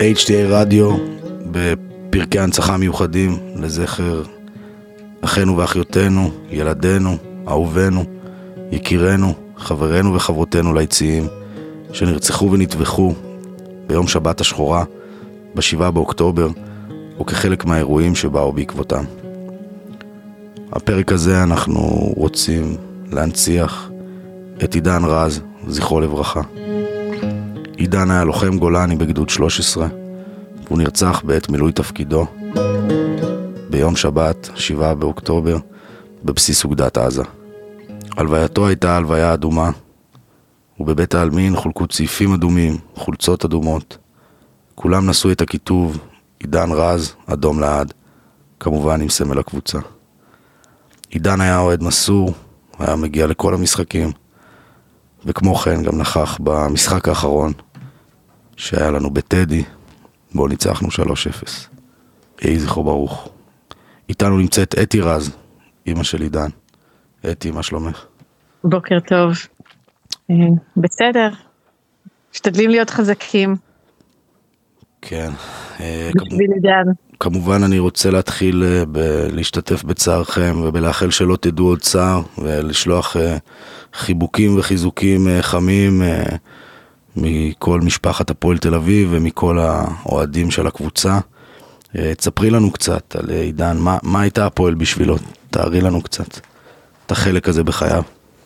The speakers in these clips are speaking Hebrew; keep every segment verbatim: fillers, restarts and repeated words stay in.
אייץ' טי איי רדיו בפרקי הנצחה מיוחדים לזכר אחינו ואחיותינו, ילדינו, אהובינו, יקירנו, חברינו וחברותינו ליציאים שנרצחו ונטבחו ביום שבת השחורה בשבעה באוקטובר וכחלק מהאירועים שבאו בעקבותם. הפרק הזה אנחנו רוצים להנציח את עידן רז, זכרו לברכה. עידן היה לוחם גולני בגדוד שלוש עשרה, והוא נרצח בעת מילוי תפקידו ביום שבת, שבעה באוקטובר, בבסיס אוגדת עזה. הלווייתו הייתה הלוויה אדומה, ובבית העלמין חולקו צעיפים אדומים, חולצות אדומות. כולם נשאו את הכיתוב עידן רז, אדום לעד, כמובן עם סמל הקבוצה. עידן היה אוהד מסור, היה מגיע לכל המשחקים, וכמו כן גם נכח במשחק האחרון שהיה לנו בטדי, בו ניצחנו שלוש אפס. יהי זכרו ברוך. איתנו נמצאת אתי רז, אמא של עידן. אתי, מה שלומך? בוקר טוב. בסדר. משתדלים להיות חזקים. כן. בשביל עידן. כמובן אני רוצה להתחיל להשתתף בצערכם ובלאחל שלא תדעו עוד צער, ולשלוח חיבוקים וחיזוקים חמים מכל משפחת הפועל תל אביב ומכל האוהדים של הקבוצה. תספרי לנו קצת על עידן, מה, מה הייתה הפועל בשבילו? תארי לנו קצת את החלק הזה בחייו.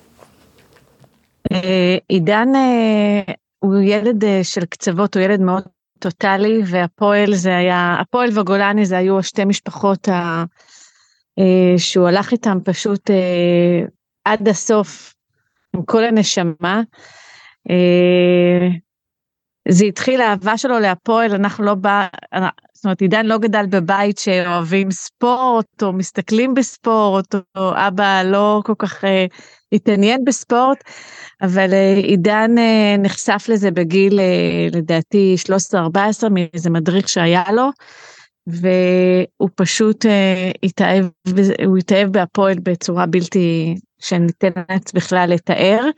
עידן הוא ילד של קצוות, הוא ילד מאוד טוטלי, והפועל זה היה, הפועל וגולני זה היו שתי משפחות ה, שהוא הלך איתם פשוט עד הסוף, עם כל הנשמה. זה התחיל, האהבה שלו להפועל, אנחנו לא בא, זאת אומרת, עידן לא גדל בבית שאוהבים ספורט, או מסתכלים בספורט, או אבא לא כל כך התעניין בספורט, אבל עידן נחשף לזה בגיל, לדעתי, שלוש עשרה ארבע עשרה, מאיזה מדריך שהיה לו, והוא פשוט התאהב, הוא התאהב בהפועל בצורה בלתי, שניתנת בכלל לתאר,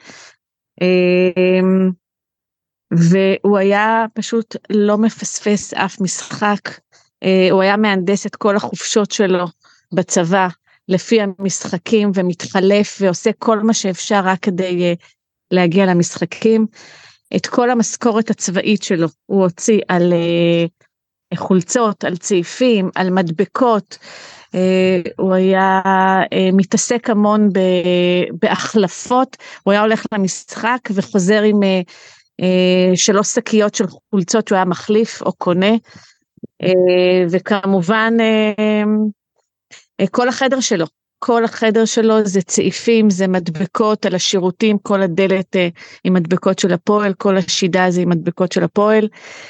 והוא היה פשוט לא מפספס אף משחק, הוא היה מהנדס את כל החופשות שלו בצבא, לפי המשחקים, ומתחלף ועושה כל מה שאפשר רק כדי להגיע למשחקים. את כל המשכורת הצבאית שלו הוא הוציא על חולצות, על צעיפים, על מדבקות, הוא היה מתעסק המון בהחלפות, הוא היה הולך למשחק וחוזר עם שלוש שקיות של חולצות שהוא היה מחליף או קונה, וכמובן כל החדר שלו, כל החדר שלו זה צעיפים, זה מדבקות על השירותים, כל הדלת עם מדבקות של הפועל, כל השידה זה עם מדבקות של הפועל,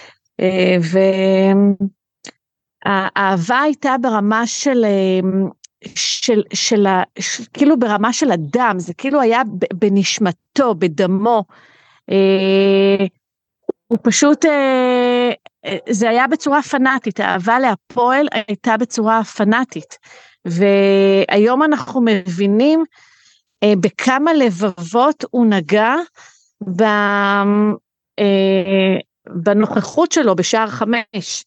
והאהבה הייתה ברמה של, של, של, של, כאילו ברמה של אדם, זה כאילו היה בנשמתו, בדמו, הוא פשוט, זה היה בצורה פנאטית, האהבה להפועל הייתה בצורה פנאטית, והיום אנחנו מבינים בכמה לבבות הוא נגע בנוכחות שלו בשער חמש.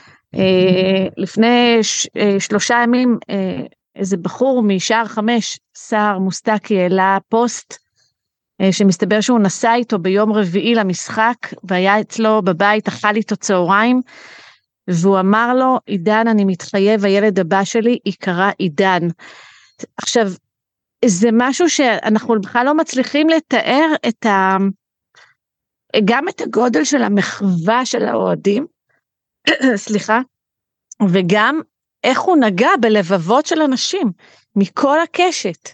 לפני שלושה ימים איזה בחור משער חמש, שר מוסטקי, העלה פוסט שמסתבר שהוא נסע איתו ביום רביעי למשחק, והיה אצלו בבית, אכל איתו צהריים, והוא אמר לו, עידן, אני מתחייב, הילד הבא שלי יקרא עידן. עכשיו, זה משהו שאנחנו בכלל לא מצליחים לתאר את ה... גם את הגודל של המחווה של האוהדים, סליחה, וגם איך הוא נגע בלבבות של אנשים, מכל הקשת.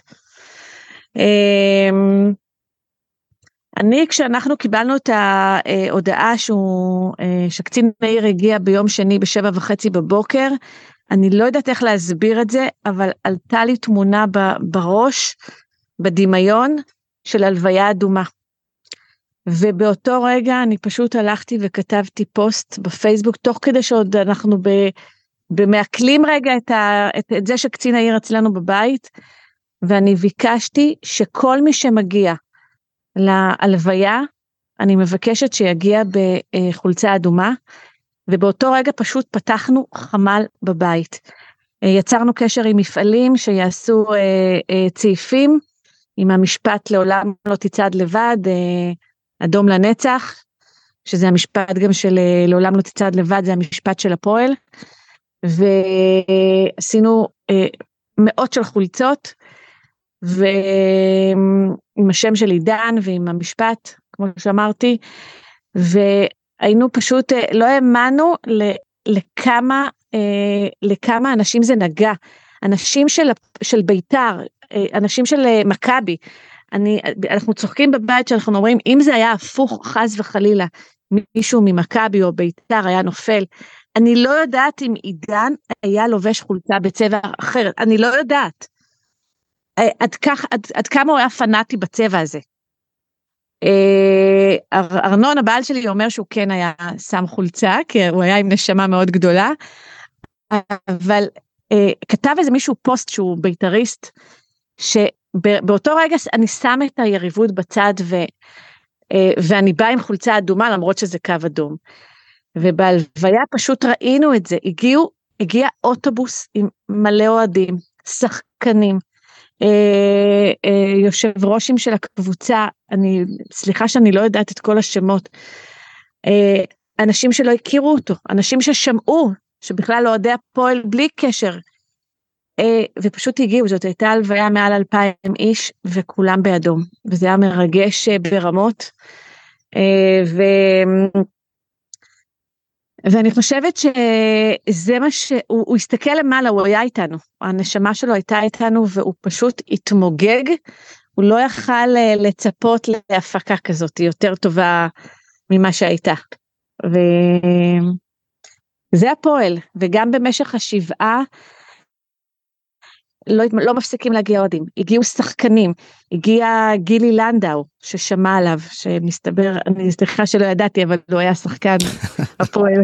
אני, כשאנחנו קיבלנו את ההודעה שהוא, שקצין העיר הגיע ביום שני בשבע וחצי בבוקר, אני לא יודעת איך להסביר את זה, אבל עלתה לי תמונה בראש, בדמיון של הלוויה אדומה. ובאותו רגע אני פשוט הלכתי וכתבתי פוסט בפייסבוק, תוך כדי שעוד אנחנו במעכלים רגע את, ה, את, את זה שקצין העיר אצלנו בבית, ואני ביקשתי שכל מי שמגיע להלוויה, אני מבקשת שיגיע בחולצה אדומה, ובאותו רגע פשוט פתחנו חמ"ל בבית. יצרנו קשר עם מפעלים שיעשו צעיפים, עם המשפט לעולם לא תצעד לבד, אדום לנצח, שזה המשפט גם של לעולם לא תצעד לבד, זה המשפט של הפועל, ועשינו מאות של חולצות, ועם השם של עידן ועם המשפט, כמו שאמרתי, והיינו פשוט, לא האמנו לכמה, לכמה אנשים זה נגע, אנשים של, של ביתר, אנשים של מכבי, אני, אנחנו צוחקים בבית שאנחנו אומרים, אם זה היה הפוך חס וחלילה, מישהו ממכבי או ביתר היה נופל, אני לא יודעת אם עידן היה לובש חולצה בצבע אחר, אני לא יודעת. עד, כך, עד, עד כמה הוא היה פנאטי בצבע הזה. ארנון, הבעל שלי, אומר שהוא כן היה שם חולצה, כי הוא היה עם נשמה מאוד גדולה, אבל כתב איזה מישהו פוסט שהוא ביתריסט, שבאותו רגע אני שם את היריבות בצד, ו, ואני באה עם חולצה אדומה, למרות שזה קו אדום. ובהלוויה פשוט ראינו את זה, הגיעו, הגיע אוטובוס עם מלא אוהדים, שחקנים, אה, אה, יושב ראשים של הקבוצה, אני, סליחה שאני לא יודעת את כל השמות, אה, אנשים שלא הכירו אותו, אנשים ששמעו, שבכלל לא יודע פועל בלי קשר, אה, ופשוט הגיעו, זאת הייתה הלוויה מעל אלפיים איש, וכולם באדום, וזה היה מרגש ברמות, אה, ו... ואני חושבת שזה מה שהוא, הוא הסתכל למעלה, הוא היה איתנו, הנשמה שלו הייתה איתנו, והוא פשוט התמוגג, הוא לא יכל לצפות להפקה כזאת, יותר טובה ממה שהייתה. וזה הפועל, וגם במשך השבעה, לא, לא מפסיקים להגיע אוהדים, הגיעו שחקנים, הגיע גילי לנדאו, ששמע עליו, שמסתבר, אני סליחה שלא ידעתי, אבל הוא היה שחקן הפועל,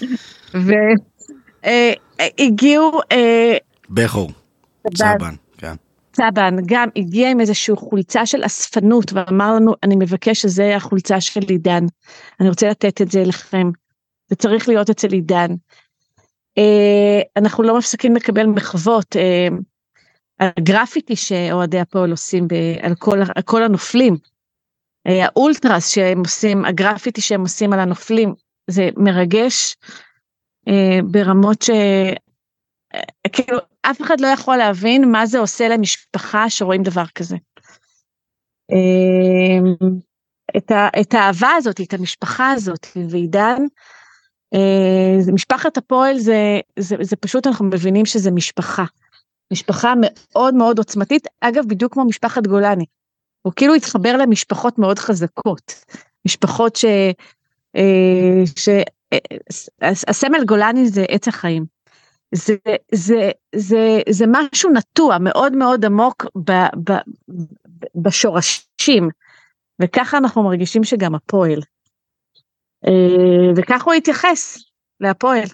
והגיעו, בכור, צבן, כן. צבן, גם הגיע עם איזושהי חולצה של אספנות, ואמר לנו, אני מבקש שזה החולצה של עידן, אני רוצה לתת את זה לכם, זה צריך להיות אצל עידן, אנחנו לא מפסיקים לקבל מחוות, הגרפיטי שאוהדי הפועל עושים על כל, על כל הנופלים, האולטרס שהם עושים, הגרפיטי שהם עושים על הנופלים, זה מרגש ברמות ש... כאילו, אף אחד לא יכול להבין מה זה עושה למשפחה שרואים דבר כזה. את, ה, את האהבה הזאת, את המשפחה הזאת, ועידן, משפחת הפועל זה, זה, זה פשוט אנחנו מבינים שזה משפחה. משפחה מאוד מאוד עוצמתית, אגב בדיוק כמו משפחת גולני, הוא כאילו התחבר למשפחות מאוד חזקות, משפחות ש... ש... הסמל גולני זה עץ החיים, זה, זה, זה, זה משהו נטוע מאוד מאוד עמוק ב, ב, בשורשים, וככה אנחנו מרגישים שגם הפועל, וככה הוא התייחס להפועל.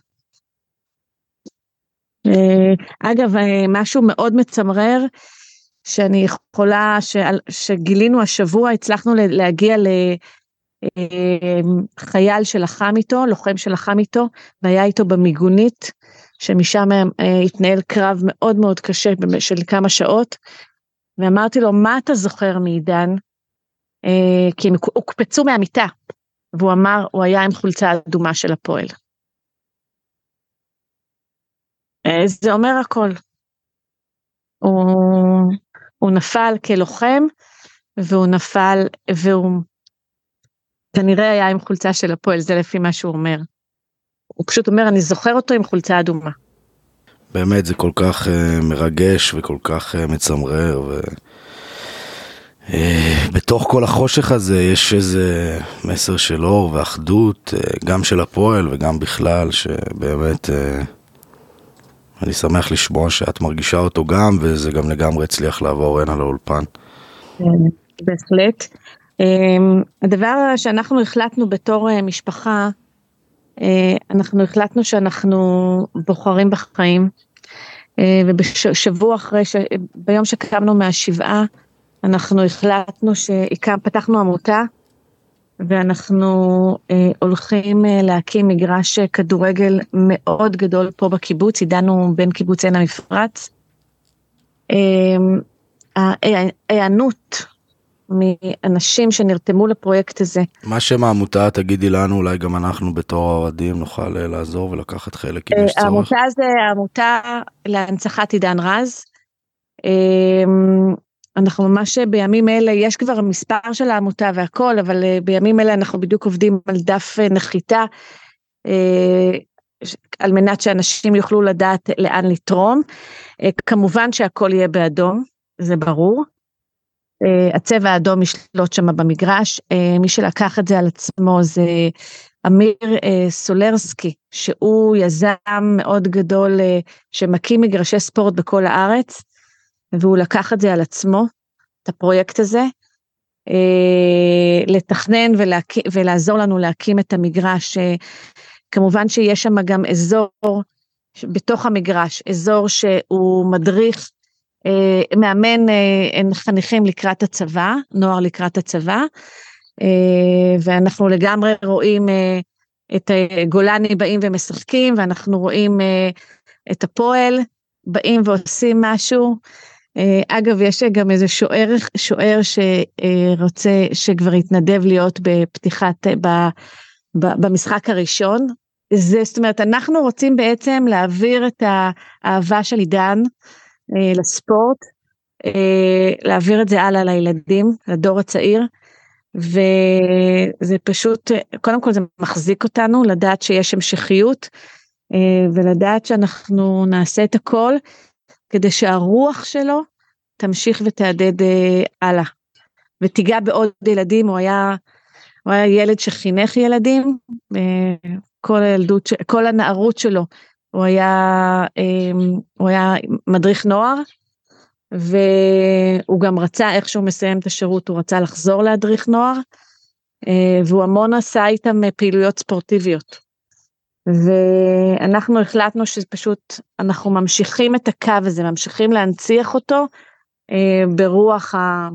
אגב, משהו מאוד מצמרר, שאני יכולה, שגילינו השבוע, הצלחנו להגיע לחייל שלחם איתו, לוחם שלחם איתו, והיה איתו במיגונית, שמשם התנהל קרב מאוד מאוד קשה, של כמה שעות, ואמרתי לו, מה אתה זוכר מעידן? כי הם הוקפצו מהמיטה, והוא אמר, הוא היה עם חולצה אדומה של הפועל. זה אומר הכל, הוא, הוא נפל כלוחם, והוא נפל, והוא כנראה היה עם חולצה של הפועל, זה לפי מה שהוא אומר. הוא פשוט אומר, אני זוכר אותו עם חולצה אדומה. באמת, זה כל כך uh, מרגש, וכל כך uh, מצמרר, ו... Uh, בתוך כל החושך הזה, יש איזה מסר של אור ואחדות, uh, גם של הפועל, וגם בכלל, שבאמת... Uh, אני שמח לשמוע שאת מרגישה אותו גם, וזה גם לגמרי הצליח לעבור הנה לאולפן. בהחלט. הדבר שאנחנו החלטנו בתור משפחה, אנחנו החלטנו שאנחנו בוחרים בחיים, ובשבוע אחרי, ביום שקמנו מהשבעה, אנחנו החלטנו שפתחנו עמותה, ואנחנו אה, הולכים אה, להקים מגרש כדורגל מאוד גדול פה בקיבוץ, עידנו בין קיבוץ עין המפרץ. ההיענות מאנשים שנרתמו לפרויקט הזה. מה שם העמותה, תגידי לנו, אולי גם אנחנו בתור האוהדים נוכל לעזור ולקחת חלק אם יש צורך. העמותה זה העמותה להנצחת עידן רז. אנחנו ממש בימים אלה, יש כבר מספר של העמותה והכל, אבל בימים אלה אנחנו בדיוק עובדים על דף נחיתה, על מנת שאנשים יוכלו לדעת לאן לתרום. כמובן שהכל יהיה באדום, זה ברור. הצבע האדום ישלוט שם במגרש. מי שלקח את זה על עצמו זה אמיר סולרסקי, שהוא יזם מאוד גדול שמקים מגרשי ספורט בכל הארץ, והוא לקח את זה על עצמו, את הפרויקט הזה, לתכנן ולעזור לנו להקים את המגרש. כמובן שיש שם גם אזור בתוך המגרש, אזור שהוא מדריך, מאמן חניכים לקראת הצבא, נוער לקראת הצבא, ואנחנו לגמרי רואים את גולני באים ומשחקים, ואנחנו רואים את הפועל, באים ועושים משהו. אגב, יש גם איזה שוער, שוער שרוצה, שכבר התנדב להיות בפתיחת, במשחק הראשון. זה, זאת אומרת, אנחנו רוצים בעצם להעביר את האהבה של עידן לספורט, להעביר את זה הלאה לילדים, לדור הצעיר, וזה פשוט, קודם כל זה מחזיק אותנו, לדעת שיש המשכיות, ולדעת שאנחנו נעשה את הכל, כדי שהרוח שלו תמשיך ותעדד הלאה, ותיגע בעוד ילדים. הוא היה, הוא היה ילד שחינך ילדים, כל הילדות, כל הנערות שלו, הוא היה, הוא היה מדריך נוער, והוא גם רצה, איך שהוא מסיים את השירות, הוא רצה לחזור להדריך נוער, והוא המון עשה איתם פעילויות ספורטיביות. ואנחנו החלטנו שפשוט אנחנו ממשיכים את הקו הזה, ממשיכים להנציח אותו ברוח ה...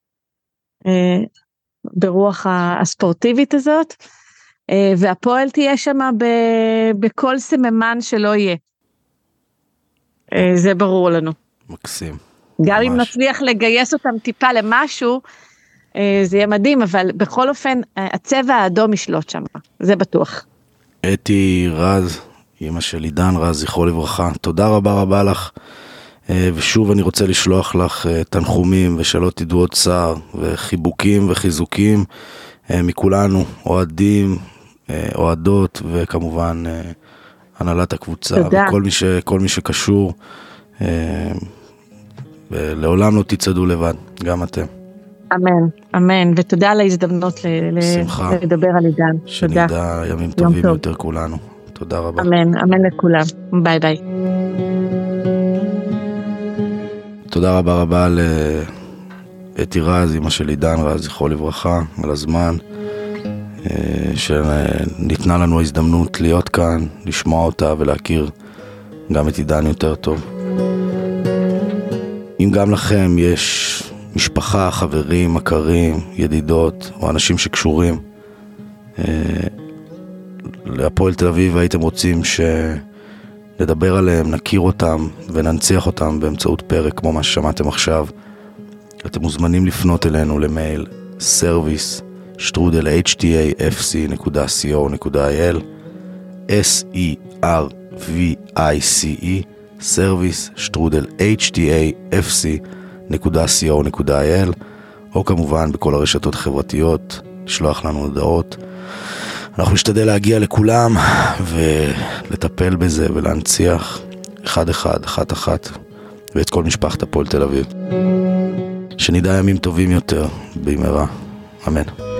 ברוח הספורטיבית הזאת, והפועל תהיה שם בכל סממן שלא יהיה. זה ברור לנו. מקסים. גם ממש. אם נצליח לגייס אותם טיפה למשהו, זה יהיה מדהים, אבל בכל אופן, הצבע האדום ישלוט שם, זה בטוח. אתי רז, אמא של עידן רז, זכרו לברכה, תודה רבה רבה לך, ושוב אני רוצה לשלוח לך תנחומים ושלא תדעו עוד צער, וחיבוקים וחיזוקים מכולנו, אוהדים, אוהדות, וכמובן הנהלת הקבוצה, תודה. וכל מי, ש, כל מי שקשור, לעולם לא תצעדו לבד, גם אתם. אמן, אמן, ותודה על ההזדמנות לדבר על עידן. שנדע ימים טובים יותר כולנו. תודה רבה. אמן, אמן לכולם. ביי ביי. תודה רבה רבה לאתי רז, אמא של עידן רז, זכרו לברכה, על הזמן, שניתנה לנו ההזדמנות להיות כאן, לשמוע אותה ולהכיר גם את עידן יותר טוב. אם גם לכם יש משפחה, חברים, מכרים, ידידות או אנשים שקשורים להפועל תל אביב והייתם רוצים שנדבר עליהם, נכיר אותם וננציח אותם באמצעות פרק כמו מה ששמעתם עכשיו, אתם מוזמנים לפנות אלינו למייל service שטרודל אייץ' טי איי אף סי נקודה סי או נקודה איי אל S E R V I C E service שטרודל אייץ' טי איי אף סי נקודה סי או נקודה איי אל, או כמובן בכל הרשתות החברתיות, לשלוח לנו הודעות. אנחנו נשתדל להגיע לכולם ולטפל בזה ולהנציח אחד אחד, אחת אחת, ואת כל משפחת הפועל תל אביב. שנדע ימים טובים יותר במהרה. אמן.